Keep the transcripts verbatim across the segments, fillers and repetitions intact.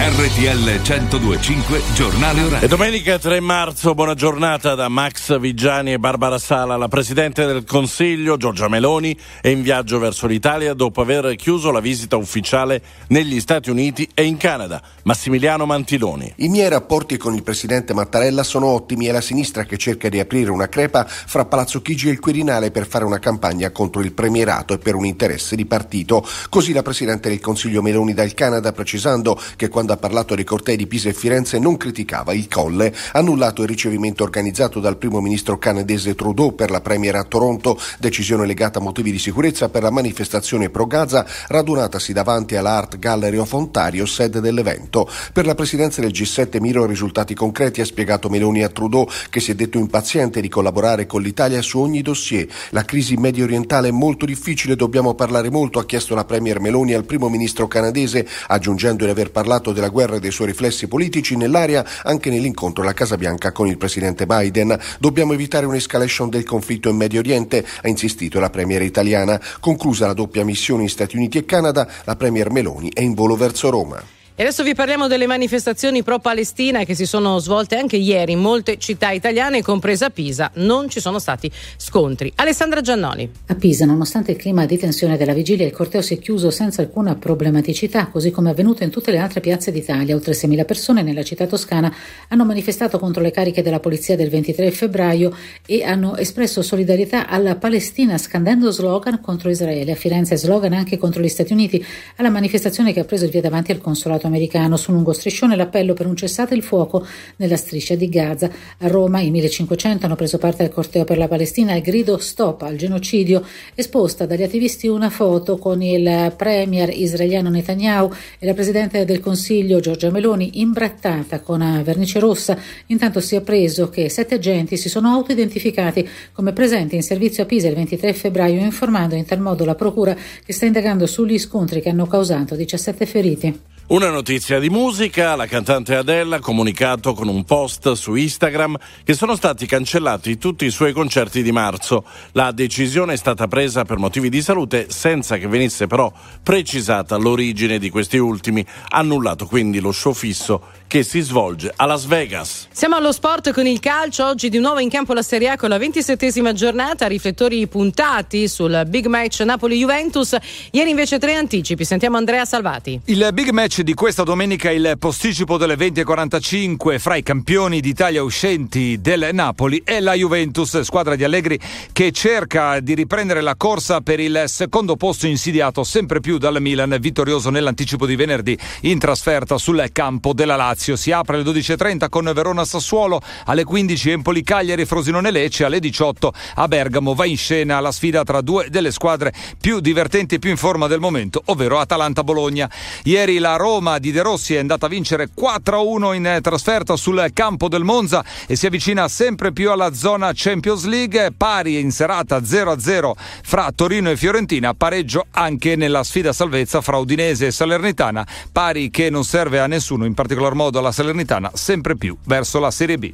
R T L centodue e cinque, giornale orario. E domenica tre marzo, buona giornata da Max Vigiani e Barbara Sala. La Presidente del Consiglio, Giorgia Meloni, è in viaggio verso l'Italia dopo aver chiuso la visita ufficiale negli Stati Uniti e in Canada. Massimiliano Mantiloni. I miei rapporti con il Presidente Mattarella sono ottimi. È la sinistra che cerca di aprire una crepa fra Palazzo Chigi e il Quirinale per fare una campagna contro il premierato e per un interesse di partito. Così la Presidente del Consiglio Meloni dal Canada, precisando che quando ha parlato dei cortei di Pisa e Firenze non criticava il Colle. Annullato il ricevimento organizzato dal primo ministro canadese Trudeau per la premier a Toronto, decisione legata a motivi di sicurezza per la manifestazione pro Gaza radunatasi davanti alla Art Gallery of Ontario, sede dell'evento. Per la presidenza del G sette miro risultati concreti, ha spiegato Meloni a Trudeau, che si è detto impaziente di collaborare con l'Italia su ogni dossier. La crisi medio orientale è molto difficile, dobbiamo parlare molto, ha chiesto la premier Meloni al primo ministro canadese, aggiungendo di aver parlato della guerra e dei suoi riflessi politici nell'area anche nell'incontro alla Casa Bianca con il presidente Biden. Dobbiamo evitare un'escalation del conflitto in Medio Oriente, ha insistito la premier italiana. Conclusa la doppia missione in Stati Uniti e Canada, la premier Meloni è in volo verso Roma. E adesso vi parliamo delle manifestazioni pro-Palestina che si sono svolte anche ieri in molte città italiane, compresa Pisa. Non ci sono stati scontri. Alessandra Giannoni. A Pisa, nonostante il clima di tensione della vigilia, il corteo si è chiuso senza alcuna problematicità, così come è avvenuto in tutte le altre piazze d'Italia. Oltre seimila persone nella città toscana hanno manifestato contro le cariche della polizia del ventitré febbraio e hanno espresso solidarietà alla Palestina scandendo slogan contro Israele. A Firenze slogan anche contro gli Stati Uniti, alla manifestazione che ha preso il via davanti al consolato americano. Su un lungo striscione l'appello per un cessate il fuoco nella striscia di Gaza. A Roma i millecinquecento hanno preso parte al corteo per la Palestina al grido stop al genocidio, esposta dagli attivisti una foto con il premier israeliano Netanyahu e la Presidente del Consiglio Giorgia Meloni imbrattata con vernice rossa. Intanto si è appreso che sette agenti si sono autoidentificati come presenti in servizio a Pisa il ventitré febbraio, informando in tal modo la procura che sta indagando sugli scontri che hanno causato diciassette feriti. Una notizia di musica: la cantante Adele ha comunicato con un post su Instagram che sono stati cancellati tutti i suoi concerti di marzo. La decisione è stata presa per motivi di salute senza che venisse però precisata l'origine di questi ultimi. Annullato quindi lo show fisso che si svolge a Las Vegas. Siamo allo sport con il calcio. Oggi di nuovo in campo la Serie A con la ventisettesima giornata, riflettori puntati sul big match Napoli-Juventus. Ieri invece tre anticipi. Sentiamo Andrea Salvati. Il big match di questa domenica, il posticipo delle venti e quarantacinque fra i campioni d'Italia uscenti del Napoli e la Juventus, squadra di Allegri che cerca di riprendere la corsa per il secondo posto insidiato sempre più dal Milan, vittorioso nell'anticipo di venerdì in trasferta sul campo della Lazio. Si apre alle dodici e trenta con Verona-Sassuolo, alle quindici Empoli-Cagliari, Frosinone-Lecce, alle diciotto a Bergamo va in scena la sfida tra due delle squadre più divertenti e più in forma del momento, ovvero Atalanta-Bologna. Ieri la Roma di De Rossi è andata a vincere quattro a uno in trasferta sul campo del Monza e si avvicina sempre più alla zona Champions League, pari in serata zero a zero fra Torino e Fiorentina, pareggio anche nella sfida salvezza fra Udinese e Salernitana, pari che non serve a nessuno, in particolar modo alla Salernitana, sempre più verso la Serie B.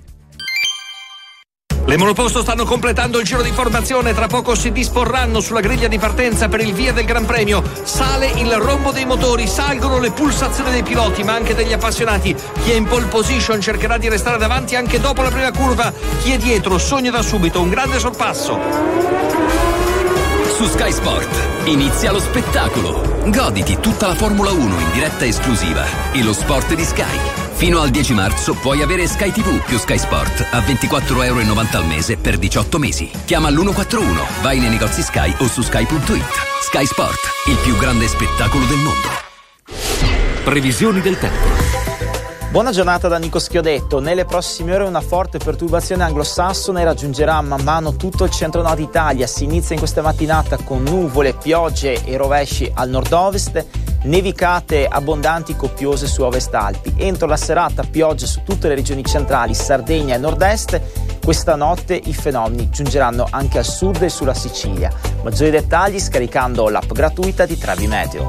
Le monoposto stanno completando il giro di formazione, tra poco si disporranno sulla griglia di partenza per il via del Gran Premio. Sale il rombo dei motori, salgono le pulsazioni dei piloti ma anche degli appassionati. Chi è in pole position cercherà di restare davanti anche dopo la prima curva, chi è dietro sogna da subito un grande sorpasso. Su Sky Sport inizia lo spettacolo. Goditi tutta la Formula uno in diretta esclusiva e lo sport di Sky. Fino al dieci marzo puoi avere Sky tivù più Sky Sport a ventiquattro virgola novanta euro al mese per diciotto mesi. Chiama l'uno quattro uno, vai nei negozi Sky o su sky punto it. Sky Sport, il più grande spettacolo del mondo. Previsioni del tempo. Buona giornata da Nico Schiodetto. Nelle prossime ore una forte perturbazione anglosassone raggiungerà man mano tutto il centro-nord Italia. Si inizia in questa mattinata con nuvole, piogge e rovesci al nord-ovest, nevicate abbondanti copiose su Ovest Alpi. Entro la serata piogge su tutte le regioni centrali, Sardegna e nord-est. Questa notte i fenomeni giungeranno anche al sud e sulla Sicilia. Maggiori dettagli scaricando l'app gratuita di Trevi Meteo.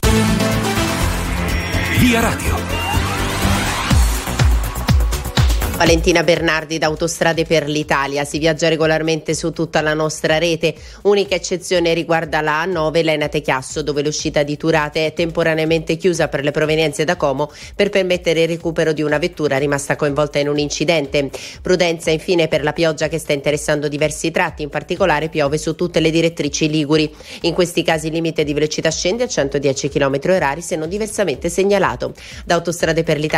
Via Radio. Valentina Bernardi da Autostrade per l'Italia. Si viaggia regolarmente su tutta la nostra rete. Unica eccezione riguarda la A nove Lenate-Chiasso, dove l'uscita di Turate è temporaneamente chiusa per le provenienze da Como per permettere il recupero di una vettura rimasta coinvolta in un incidente. Prudenza infine per la pioggia che sta interessando diversi tratti, in particolare piove su tutte le direttrici liguri. In questi casi il limite di velocità scende a centodieci chilometri orari se non diversamente segnalato. Da Autostrade per l'Italia